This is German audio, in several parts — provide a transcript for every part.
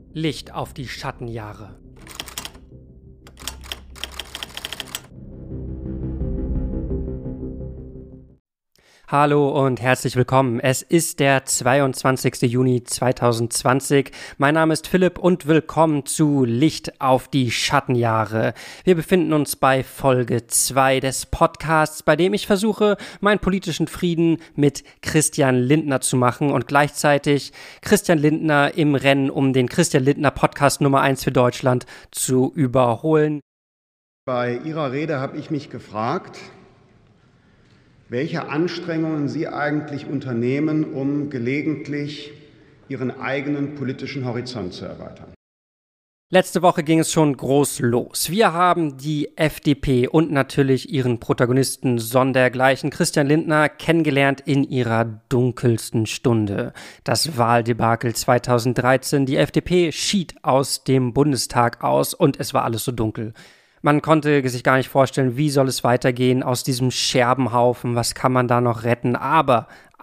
Licht auf die Schattenjahre. Hallo und herzlich willkommen. Es ist der 22. Juni 2020. Mein Name ist Philipp und willkommen zu Licht auf die Schattenjahre. Wir befinden uns bei Folge 2 des Podcasts, bei dem ich versuche, meinen politischen Frieden mit Christian Lindner zu machen und gleichzeitig Christian Lindner im Rennen um den Christian Lindner Podcast Nummer 1 für Deutschland zu überholen. Bei Ihrer Rede habe ich mich gefragt, welche Anstrengungen Sie eigentlich unternehmen, um gelegentlich Ihren eigenen politischen Horizont zu erweitern. Letzte Woche ging es schon groß los. Wir haben die FDP und natürlich ihren Protagonisten sondergleichen Christian Lindner kennengelernt in ihrer dunkelsten Stunde. Das Wahldebakel 2013. Die FDP schied aus dem Bundestag aus und es war alles so dunkel. Man konnte sich gar nicht vorstellen, wie soll es weitergehen aus diesem Scherbenhaufen, was kann man da noch retten, aber,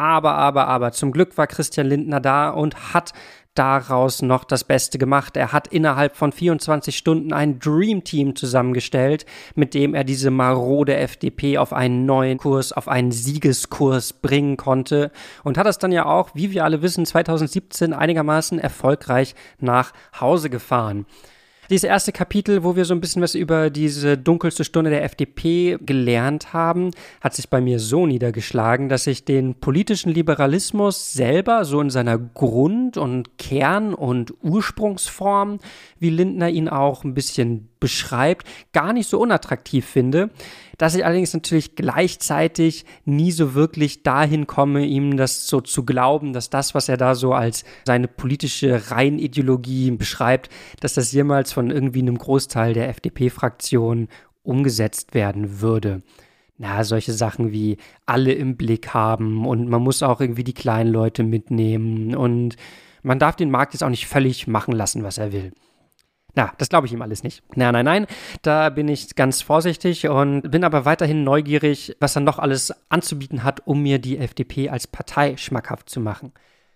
zum Glück war Christian Lindner da und hat daraus noch das Beste gemacht. Er hat innerhalb von 24 Stunden ein Dream Team zusammengestellt, mit dem er diese marode FDP auf einen neuen Kurs, auf einen Siegeskurs bringen konnte und hat es dann ja auch, wie wir alle wissen, 2017 einigermaßen erfolgreich nach Hause gefahren. Dieses erste Kapitel, wo wir so ein bisschen was über diese dunkelste Stunde der FDP gelernt haben, hat sich bei mir so niedergeschlagen, dass ich den politischen Liberalismus selber so in seiner Grund- und Kern- und Ursprungsform, wie Lindner ihn auch ein bisschen beschreibt, gar nicht so unattraktiv finde, dass ich allerdings natürlich gleichzeitig nie so wirklich dahin komme, ihm das so zu glauben, dass das, was er da so als seine politische Reinideologie beschreibt, dass das jemals von irgendwie einem Großteil der FDP-Fraktion umgesetzt werden würde. Na, solche Sachen wie alle im Blick haben und man muss auch irgendwie die kleinen Leute mitnehmen und man darf den Markt jetzt auch nicht völlig machen lassen, was er will. Na, das glaube ich ihm alles nicht. Nein, da bin ich ganz vorsichtig und bin aber weiterhin neugierig, was er noch alles anzubieten hat, um mir die FDP als Partei schmackhaft zu machen.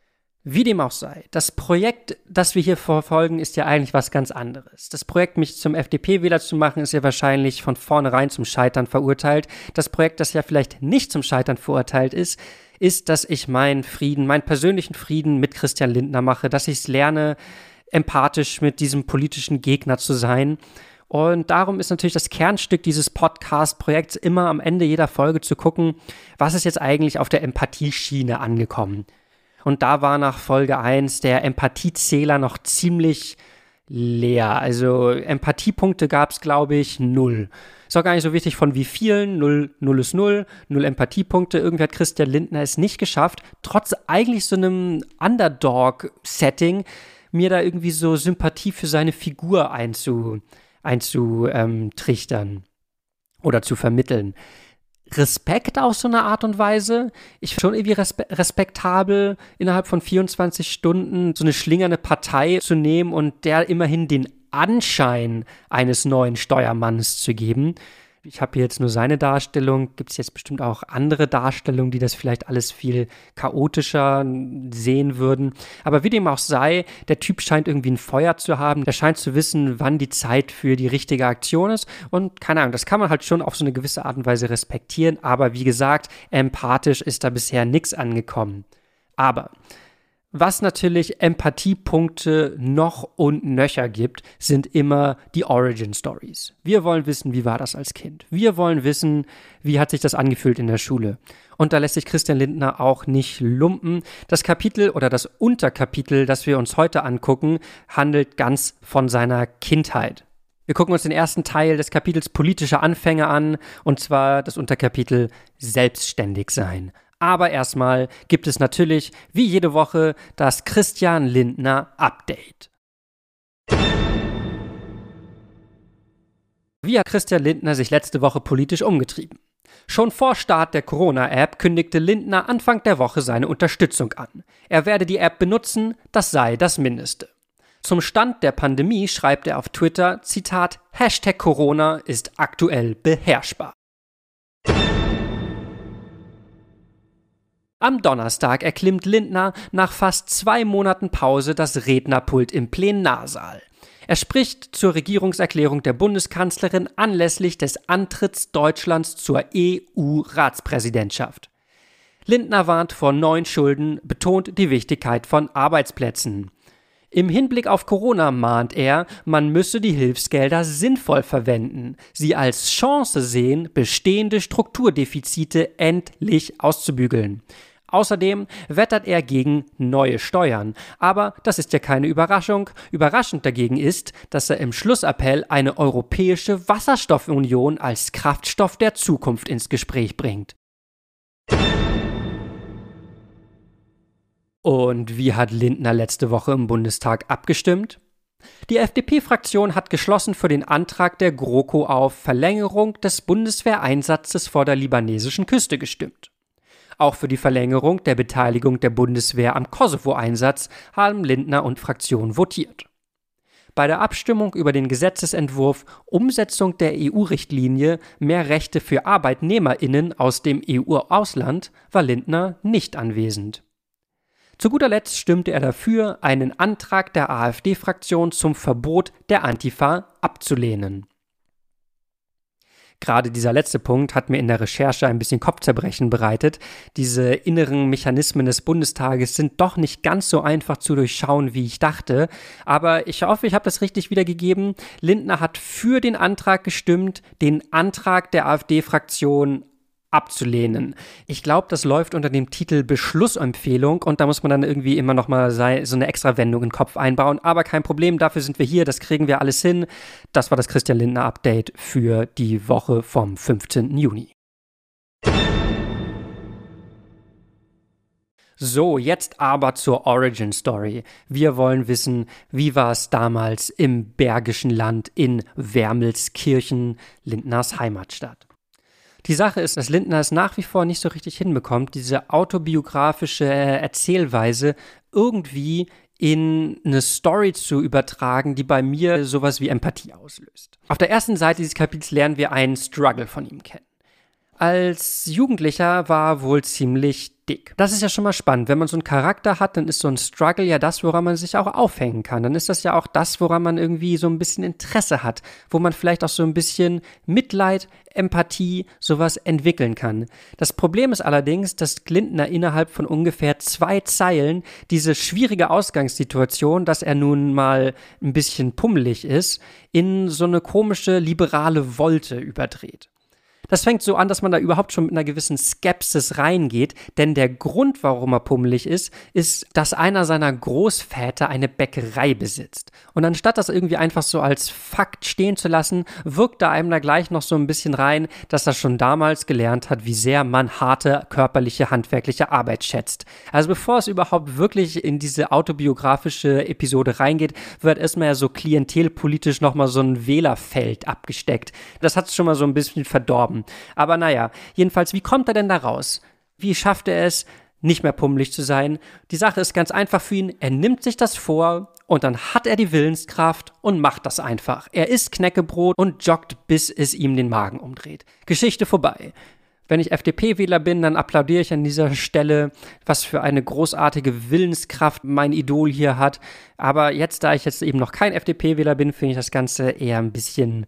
Wie dem auch sei, das Projekt, das wir hier verfolgen, ist ja eigentlich was ganz anderes. Das Projekt, mich zum FDP-Wähler zu machen, ist ja wahrscheinlich von vornherein zum Scheitern verurteilt. Das Projekt, das ja vielleicht nicht zum Scheitern verurteilt ist, dass ich meinen persönlichen Frieden mit Christian Lindner mache, dass ich es lerne, empathisch mit diesem politischen Gegner zu sein. Und darum ist natürlich das Kernstück dieses Podcast-Projekts immer am Ende jeder Folge zu gucken, was ist jetzt eigentlich auf der Empathieschiene angekommen. Und da war nach Folge 1 der Empathiezähler noch ziemlich leer. Also Empathiepunkte gab es, glaube ich, 0. Ist auch gar nicht so wichtig von wie vielen. 0 ist 0 Empathiepunkte. Irgendwie hat Christian Lindner es nicht geschafft, trotz eigentlich so einem Underdog-Setting, mir da irgendwie so Sympathie für seine Figur einzutrichtern oder zu vermitteln. Respekt auf so eine Art und Weise. Ich finde schon irgendwie respektabel, innerhalb von 24 Stunden so eine schlingernde Partei zu nehmen und der immerhin den Anschein eines neuen Steuermanns zu geben. Ich habe hier jetzt nur seine Darstellung, gibt es jetzt bestimmt auch andere Darstellungen, die das vielleicht alles viel chaotischer sehen würden. Aber wie dem auch sei, der Typ scheint irgendwie ein Feuer zu haben, der scheint zu wissen, wann die Zeit für die richtige Aktion ist und keine Ahnung, das kann man halt schon auf so eine gewisse Art und Weise respektieren, aber wie gesagt, empathisch ist da bisher nichts angekommen. Aber was natürlich Empathiepunkte noch und nöcher gibt, sind immer die Origin Stories. Wir wollen wissen, wie war das als Kind? Wir wollen wissen, wie hat sich das angefühlt in der Schule? Und da lässt sich Christian Lindner auch nicht lumpen. Das Kapitel oder das Unterkapitel, das wir uns heute angucken, handelt ganz von seiner Kindheit. Wir gucken uns den ersten Teil des Kapitels politische Anfänge an, und zwar das Unterkapitel Selbstständig sein. Aber erstmal gibt es natürlich, wie jede Woche, das Christian Lindner Update. Wie hat Christian Lindner sich letzte Woche politisch umgetrieben? Schon vor Start der Corona-App kündigte Lindner Anfang der Woche seine Unterstützung an. Er werde die App benutzen, das sei das Mindeste. Zum Stand der Pandemie schreibt er auf Twitter, Zitat, #Corona ist aktuell beherrschbar. Am Donnerstag erklimmt Lindner nach fast 2 Monaten Pause das Rednerpult im Plenarsaal. Er spricht zur Regierungserklärung der Bundeskanzlerin anlässlich des Antritts Deutschlands zur EU-Ratspräsidentschaft. Lindner warnt vor neuen Schulden, betont die Wichtigkeit von Arbeitsplätzen. Im Hinblick auf Corona mahnt er, man müsse die Hilfsgelder sinnvoll verwenden, sie als Chance sehen, bestehende Strukturdefizite endlich auszubügeln. Außerdem wettert er gegen neue Steuern. Aber das ist ja keine Überraschung. Überraschend dagegen ist, dass er im Schlussappell eine europäische Wasserstoffunion als Kraftstoff der Zukunft ins Gespräch bringt. Und wie hat Lindner letzte Woche im Bundestag abgestimmt? Die FDP-Fraktion hat geschlossen für den Antrag der GroKo auf Verlängerung des Bundeswehreinsatzes vor der libanesischen Küste gestimmt. Auch für die Verlängerung der Beteiligung der Bundeswehr am Kosovo-Einsatz haben Lindner und Fraktion votiert. Bei der Abstimmung über den Gesetzesentwurf Umsetzung der EU-Richtlinie Mehr Rechte für ArbeitnehmerInnen aus dem EU-Ausland war Lindner nicht anwesend. Zu guter Letzt stimmte er dafür, einen Antrag der AfD-Fraktion zum Verbot der Antifa abzulehnen. Gerade dieser letzte Punkt hat mir in der Recherche ein bisschen Kopfzerbrechen bereitet. Diese inneren Mechanismen des Bundestages sind doch nicht ganz so einfach zu durchschauen, wie ich dachte. Aber ich hoffe, ich habe das richtig wiedergegeben. Lindner hat für den Antrag gestimmt, den Antrag der AfD-Fraktion abzulehnen. Ich glaube, das läuft unter dem Titel Beschlussempfehlung und da muss man dann irgendwie immer noch mal so eine extra Wendung in den Kopf einbauen. Aber kein Problem, dafür sind wir hier, das kriegen wir alles hin. Das war das Christian Lindner Update für die Woche vom 15. Juni. So, jetzt aber zur Origin Story. Wir wollen wissen, wie war es damals im Bergischen Land in Wermelskirchen, Lindners Heimatstadt. Die Sache ist, dass Lindner es nach wie vor nicht so richtig hinbekommt, diese autobiografische Erzählweise irgendwie in eine Story zu übertragen, die bei mir sowas wie Empathie auslöst. Auf der ersten Seite dieses Kapitels lernen wir einen Struggle von ihm kennen. Als Jugendlicher war er wohl ziemlich dick. Das ist ja schon mal spannend. Wenn man so einen Charakter hat, dann ist so ein Struggle ja das, woran man sich auch aufhängen kann. Dann ist das ja auch das, woran man irgendwie so ein bisschen Interesse hat, wo man vielleicht auch so ein bisschen Mitleid, Empathie, sowas entwickeln kann. Das Problem ist allerdings, dass Lindner innerhalb von ungefähr 2 Zeilen diese schwierige Ausgangssituation, dass er nun mal ein bisschen pummelig ist, in so eine komische liberale Wolte überdreht. Das fängt so an, dass man da überhaupt schon mit einer gewissen Skepsis reingeht, denn der Grund, warum er pummelig ist, dass einer seiner Großväter eine Bäckerei besitzt. Und anstatt das irgendwie einfach so als Fakt stehen zu lassen, wirkt da einem da gleich noch so ein bisschen rein, dass er schon damals gelernt hat, wie sehr man harte körperliche, handwerkliche Arbeit schätzt. Also bevor es überhaupt wirklich in diese autobiografische Episode reingeht, wird erstmal ja so klientelpolitisch nochmal so ein Wählerfeld abgesteckt. Das hat es schon mal so ein bisschen verdorben. Aber naja, jedenfalls, wie kommt er denn da raus? Wie schafft er es, nicht mehr pummelig zu sein? Die Sache ist ganz einfach für ihn. Er nimmt sich das vor und dann hat er die Willenskraft und macht das einfach. Er isst Knäckebrot und joggt, bis es ihm den Magen umdreht. Geschichte vorbei. Wenn ich FDP-Wähler bin, dann applaudiere ich an dieser Stelle, was für eine großartige Willenskraft mein Idol hier hat. Aber jetzt, da ich jetzt eben noch kein FDP-Wähler bin, finde ich das Ganze eher ein bisschen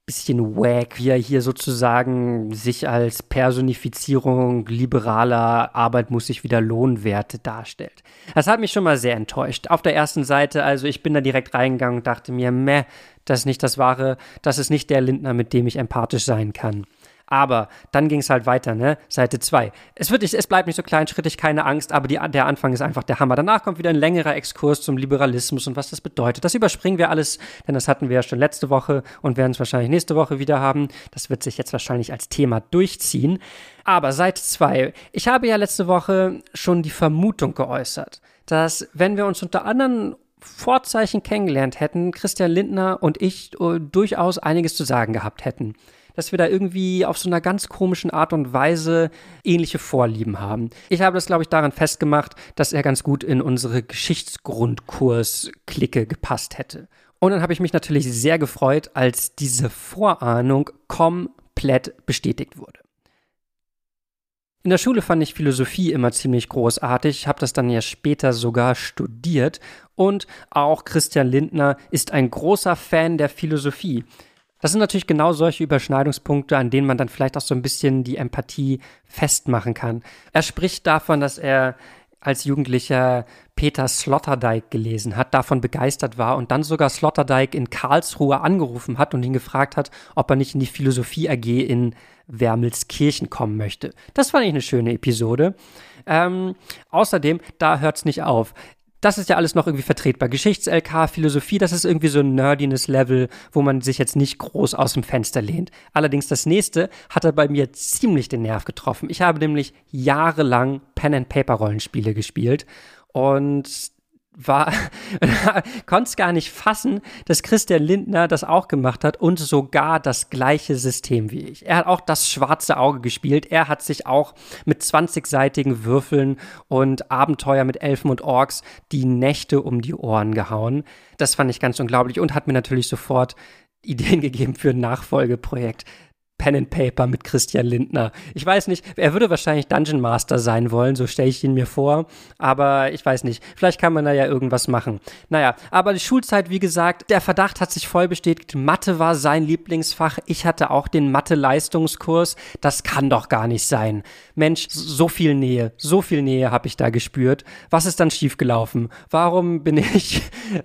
wack, wie er hier sozusagen sich als Personifizierung liberaler Arbeit muss sich wieder Lohnwerte darstellt. Das hat mich schon mal sehr enttäuscht. Auf der ersten Seite, also ich bin da direkt reingegangen und dachte mir, das ist nicht das Wahre, das ist nicht der Lindner, mit dem ich empathisch sein kann. Aber dann ging es halt weiter, ne? Seite 2. Es bleibt nicht so kleinschrittig, keine Angst, aber der Anfang ist einfach der Hammer. Danach kommt wieder ein längerer Exkurs zum Liberalismus und was das bedeutet. Das überspringen wir alles, denn das hatten wir ja schon letzte Woche und werden es wahrscheinlich nächste Woche wieder haben. Das wird sich jetzt wahrscheinlich als Thema durchziehen. Aber Seite 2. Ich habe ja letzte Woche schon die Vermutung geäußert, dass wenn wir uns unter anderen Vorzeichen kennengelernt hätten, Christian Lindner und ich durchaus einiges zu sagen gehabt hätten. Dass wir da irgendwie auf so einer ganz komischen Art und Weise ähnliche Vorlieben haben. Ich habe das, glaube ich, daran festgemacht, dass er ganz gut in unsere Geschichtsgrundkurs-Clique gepasst hätte. Und dann habe ich mich natürlich sehr gefreut, als diese Vorahnung komplett bestätigt wurde. In der Schule fand ich Philosophie immer ziemlich großartig. Ich habe das dann ja später sogar studiert. Und auch Christian Lindner ist ein großer Fan der Philosophie. Das sind natürlich genau solche Überschneidungspunkte, an denen man dann vielleicht auch so ein bisschen die Empathie festmachen kann. Er spricht davon, dass er als Jugendlicher Peter Sloterdijk gelesen hat, davon begeistert war und dann sogar Sloterdijk in Karlsruhe angerufen hat und ihn gefragt hat, ob er nicht in die Philosophie AG in Wermelskirchen kommen möchte. Das fand ich eine schöne Episode. Außerdem, da hört es nicht auf. Das ist ja alles noch irgendwie vertretbar. Geschichts-LK, Philosophie, das ist irgendwie so ein nerdines Level, wo man sich jetzt nicht groß aus dem Fenster lehnt. Allerdings das nächste hat er bei mir ziemlich den Nerv getroffen. Ich habe nämlich jahrelang Pen-and-Paper-Rollenspiele gespielt und konnte es gar nicht fassen, dass Christian Lindner das auch gemacht hat und sogar das gleiche System wie ich. Er hat auch das schwarze Auge gespielt. Er hat sich auch mit 20-seitigen Würfeln und Abenteuer mit Elfen und Orks die Nächte um die Ohren gehauen. Das fand ich ganz unglaublich und hat mir natürlich sofort Ideen gegeben für ein Nachfolgeprojekt. Pen and Paper mit Christian Lindner. Ich weiß nicht, er würde wahrscheinlich Dungeon Master sein wollen, so stelle ich ihn mir vor, aber ich weiß nicht, vielleicht kann man da ja irgendwas machen. Naja, aber die Schulzeit, wie gesagt, der Verdacht hat sich voll bestätigt, Mathe war sein Lieblingsfach, ich hatte auch den Mathe-Leistungskurs, das kann doch gar nicht sein. Mensch, so viel Nähe habe ich da gespürt. Was ist dann schiefgelaufen? Warum bin ich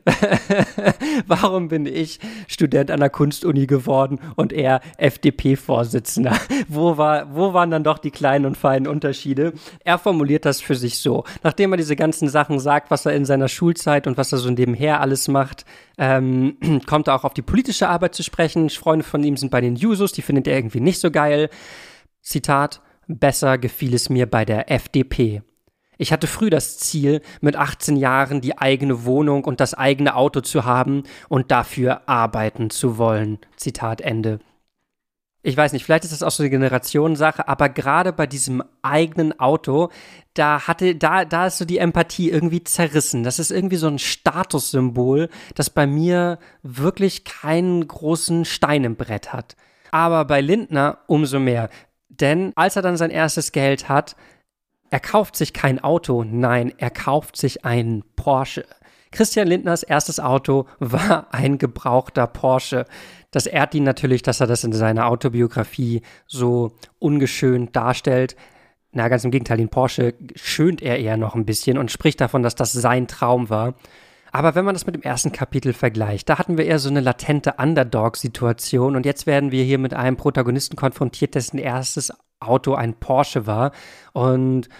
Student an der Kunstuni geworden und er FDP-Vorsitzender? Wo waren dann doch die kleinen und feinen Unterschiede? Er formuliert das für sich so. Nachdem er diese ganzen Sachen sagt, was er in seiner Schulzeit und was er so nebenher alles macht, kommt er auch auf die politische Arbeit zu sprechen. Freunde von ihm sind bei den Jusos, die findet er irgendwie nicht so geil. Zitat: Besser gefiel es mir bei der FDP. Ich hatte früh das Ziel, mit 18 Jahren die eigene Wohnung und das eigene Auto zu haben und dafür arbeiten zu wollen. Zitat Ende. Ich weiß nicht, vielleicht ist das auch so eine Generationensache, aber gerade bei diesem eigenen Auto, da ist so die Empathie irgendwie zerrissen. Das ist irgendwie so ein Statussymbol, das bei mir wirklich keinen großen Stein im Brett hat. Aber bei Lindner umso mehr. Denn als er dann sein erstes Geld hat, er kauft sich kein Auto, nein, er kauft sich einen Porsche. Christian Lindners erstes Auto war ein gebrauchter Porsche. Das ehrt ihn natürlich, dass er das in seiner Autobiografie so ungeschönt darstellt. Na, ganz im Gegenteil, den Porsche schönt er eher noch ein bisschen und spricht davon, dass das sein Traum war. Aber wenn man das mit dem ersten Kapitel vergleicht, da hatten wir eher so eine latente Underdog-Situation und jetzt werden wir hier mit einem Protagonisten konfrontiert, dessen erstes Auto ein Porsche war. Und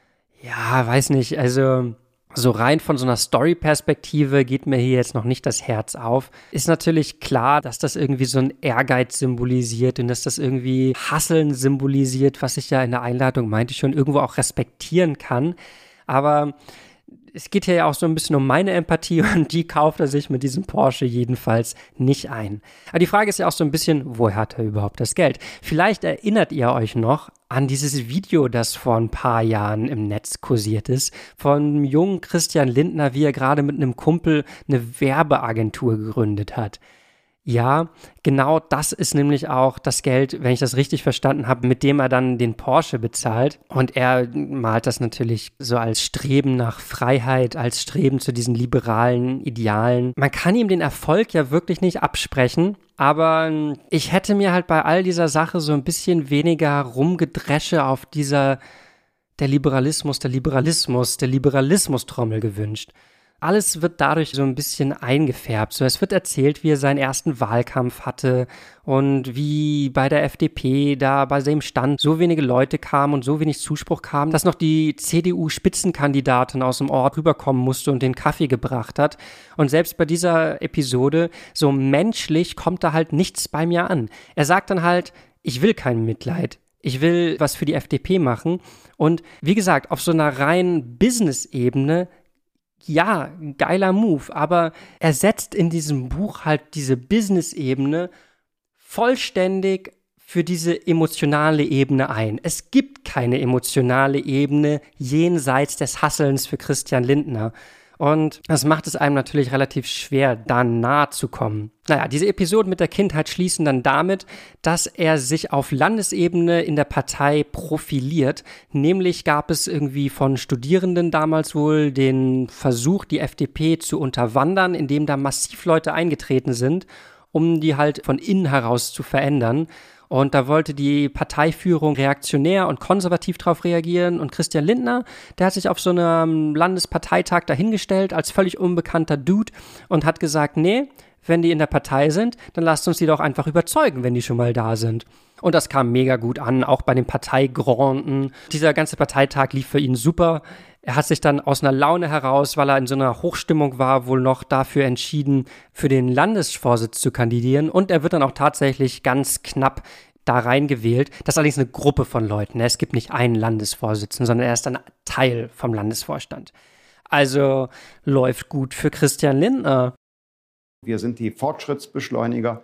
ja, weiß nicht, also so rein von so einer Story-Perspektive geht mir hier jetzt noch nicht das Herz auf. Ist natürlich klar, dass das irgendwie so ein Ehrgeiz symbolisiert und dass das irgendwie Hasseln symbolisiert, was ich ja in der Einleitung meinte, schon irgendwo auch respektieren kann. Aber es geht hier ja auch so ein bisschen um meine Empathie und die kauft er sich mit diesem Porsche jedenfalls nicht ein. Aber die Frage ist ja auch so ein bisschen, woher hat er überhaupt das Geld? Vielleicht erinnert ihr euch noch an dieses Video, das vor ein paar Jahren im Netz kursiert ist, von jungen Christian Lindner, wie er gerade mit einem Kumpel eine Werbeagentur gegründet hat. Ja, genau das ist nämlich auch das Geld, wenn ich das richtig verstanden habe, mit dem er dann den Porsche bezahlt. Und er malt das natürlich so als Streben nach Freiheit, als Streben zu diesen liberalen Idealen. Man kann ihm den Erfolg ja wirklich nicht absprechen, aber ich hätte mir halt bei all dieser Sache so ein bisschen weniger Rumgedresche auf der Liberalismus-Trommel gewünscht. Alles wird dadurch so ein bisschen eingefärbt. So, es wird erzählt, wie er seinen ersten Wahlkampf hatte und wie bei der FDP da bei seinem Stand so wenige Leute kamen und so wenig Zuspruch kam, dass noch die CDU-Spitzenkandidatin aus dem Ort rüberkommen musste und den Kaffee gebracht hat. Und selbst bei dieser Episode, so menschlich, kommt da halt nichts bei mir an. Er sagt dann halt, ich will kein Mitleid. Ich will was für die FDP machen. Und wie gesagt, auf so einer reinen Business-Ebene, ja, geiler Move, aber er setzt in diesem Buch halt diese Business-Ebene vollständig für diese emotionale Ebene ein. Es gibt keine emotionale Ebene jenseits des Hasselns für Christian Lindner. Und das macht es einem natürlich relativ schwer, da nahe zu kommen. Naja, diese Episoden mit der Kindheit schließen dann damit, dass er sich auf Landesebene in der Partei profiliert. Nämlich gab es irgendwie von Studierenden damals wohl den Versuch, die FDP zu unterwandern, indem da massiv Leute eingetreten sind, um die halt von innen heraus zu verändern. Und da wollte die Parteiführung reaktionär und konservativ drauf reagieren. Und Christian Lindner, der hat sich auf so einem Landesparteitag dahingestellt als völlig unbekannter Dude und hat gesagt, nee, wenn die in der Partei sind, dann lasst uns die doch einfach überzeugen, wenn die schon mal da sind. Und das kam mega gut an, auch bei den Parteigranden. Dieser ganze Parteitag lief für ihn super. Er hat sich dann aus einer Laune heraus, weil er in so einer Hochstimmung war, wohl noch dafür entschieden, für den Landesvorsitz zu kandidieren. Und er wird dann auch tatsächlich ganz knapp da reingewählt. Das ist allerdings eine Gruppe von Leuten. Es gibt nicht einen Landesvorsitzenden, sondern er ist dann Teil vom Landesvorstand. Also läuft gut für Christian Lindner. Wir sind die Fortschrittsbeschleuniger.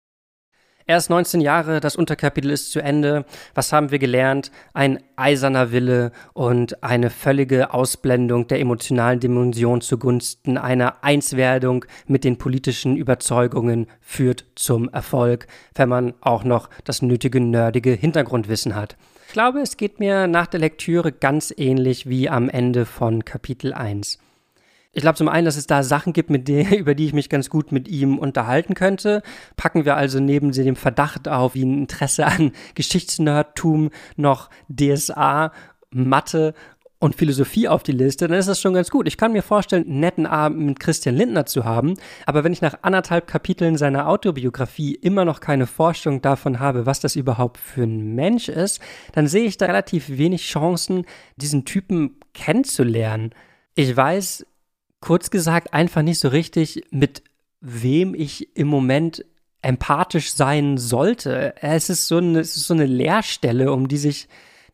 Er ist 19 Jahre, das Unterkapitel ist zu Ende. Was haben wir gelernt? Ein eiserner Wille und eine völlige Ausblendung der emotionalen Dimension zugunsten einer Einswerdung mit den politischen Überzeugungen führt zum Erfolg, wenn man auch noch das nötige nerdige Hintergrundwissen hat. Ich glaube, es geht mir nach der Lektüre ganz ähnlich wie am Ende von Kapitel 1. Ich glaube zum einen, dass es da Sachen gibt, über die ich mich ganz gut mit ihm unterhalten könnte. Packen wir also neben dem Verdacht auf, wie ein Interesse an Geschichtsnerdtum noch DSA, Mathe und Philosophie auf die Liste, dann ist das schon ganz gut. Ich kann mir vorstellen, einen netten Abend mit Christian Lindner zu haben, aber wenn ich nach 1,5 Kapiteln seiner Autobiografie immer noch keine Vorstellung davon habe, was das überhaupt für ein Mensch ist, dann sehe ich da relativ wenig Chancen, diesen Typen kennenzulernen. Ich weiß, kurz gesagt, einfach nicht so richtig, mit wem ich im Moment empathisch sein sollte. Es ist so eine Leerstelle, um die sich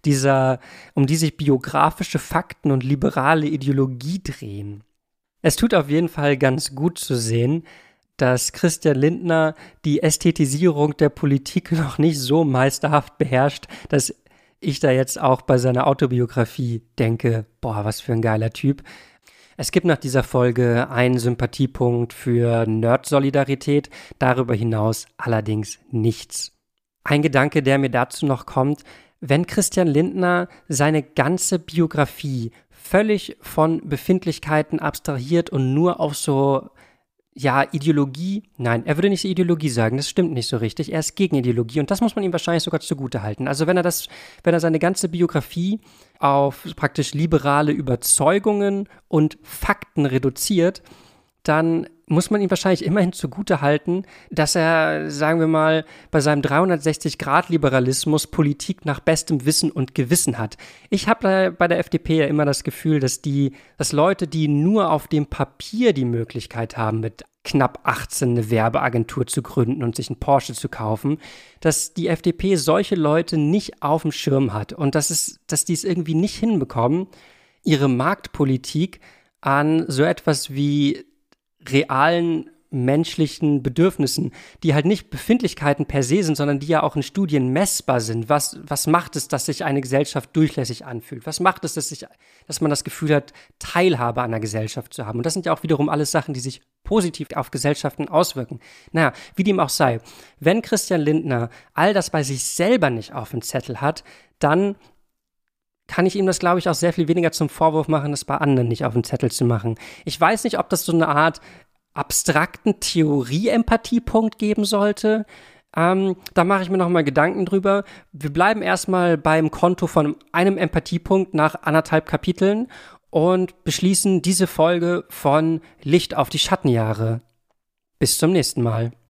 biografische Fakten und liberale Ideologie drehen. Es tut auf jeden Fall ganz gut zu sehen, dass Christian Lindner die Ästhetisierung der Politik noch nicht so meisterhaft beherrscht, dass ich da jetzt auch bei seiner Autobiografie denke, boah, was für ein geiler Typ. Es gibt nach dieser Folge einen Sympathiepunkt für Nerd-Solidarität, darüber hinaus allerdings nichts. Ein Gedanke, der mir dazu noch kommt: Wenn Christian Lindner seine ganze Biografie völlig von Befindlichkeiten abstrahiert und nur auf so, Ideologie, nein, er würde nicht Ideologie sagen, das stimmt nicht so richtig, er ist gegen Ideologie und das muss man ihm wahrscheinlich sogar zugutehalten. Also wenn er seine ganze Biografie auf praktisch liberale Überzeugungen und Fakten reduziert, dann muss man ihm wahrscheinlich immerhin zugutehalten, dass er, sagen wir mal, bei seinem 360-Grad-Liberalismus Politik nach bestem Wissen und Gewissen hat. Ich habe bei der FDP ja immer das Gefühl, dass Leute, die nur auf dem Papier die Möglichkeit haben, mit knapp 18 eine Werbeagentur zu gründen und sich einen Porsche zu kaufen, dass die FDP solche Leute nicht auf dem Schirm hat und dass die es irgendwie nicht hinbekommen, ihre Marktpolitik an so etwas wie realen menschlichen Bedürfnissen, die halt nicht Befindlichkeiten per se sind, sondern die ja auch in Studien messbar sind. Was macht es, dass sich eine Gesellschaft durchlässig anfühlt? Was macht es, dass man das Gefühl hat, Teilhabe an der Gesellschaft zu haben? Und das sind ja auch wiederum alles Sachen, die sich positiv auf Gesellschaften auswirken. Naja, wie dem auch sei. Wenn Christian Lindner all das bei sich selber nicht auf dem Zettel hat, dann kann ich ihm das, glaube ich, auch sehr viel weniger zum Vorwurf machen, das bei anderen nicht auf dem Zettel zu machen. Ich weiß nicht, ob das so eine Art abstrakten Theorie-Empathiepunkt geben sollte. Da mache ich mir noch mal Gedanken drüber. Wir bleiben erstmal beim Konto von einem Empathiepunkt nach 1,5 Kapiteln und beschließen diese Folge von Licht auf die Schattenjahre. Bis zum nächsten Mal.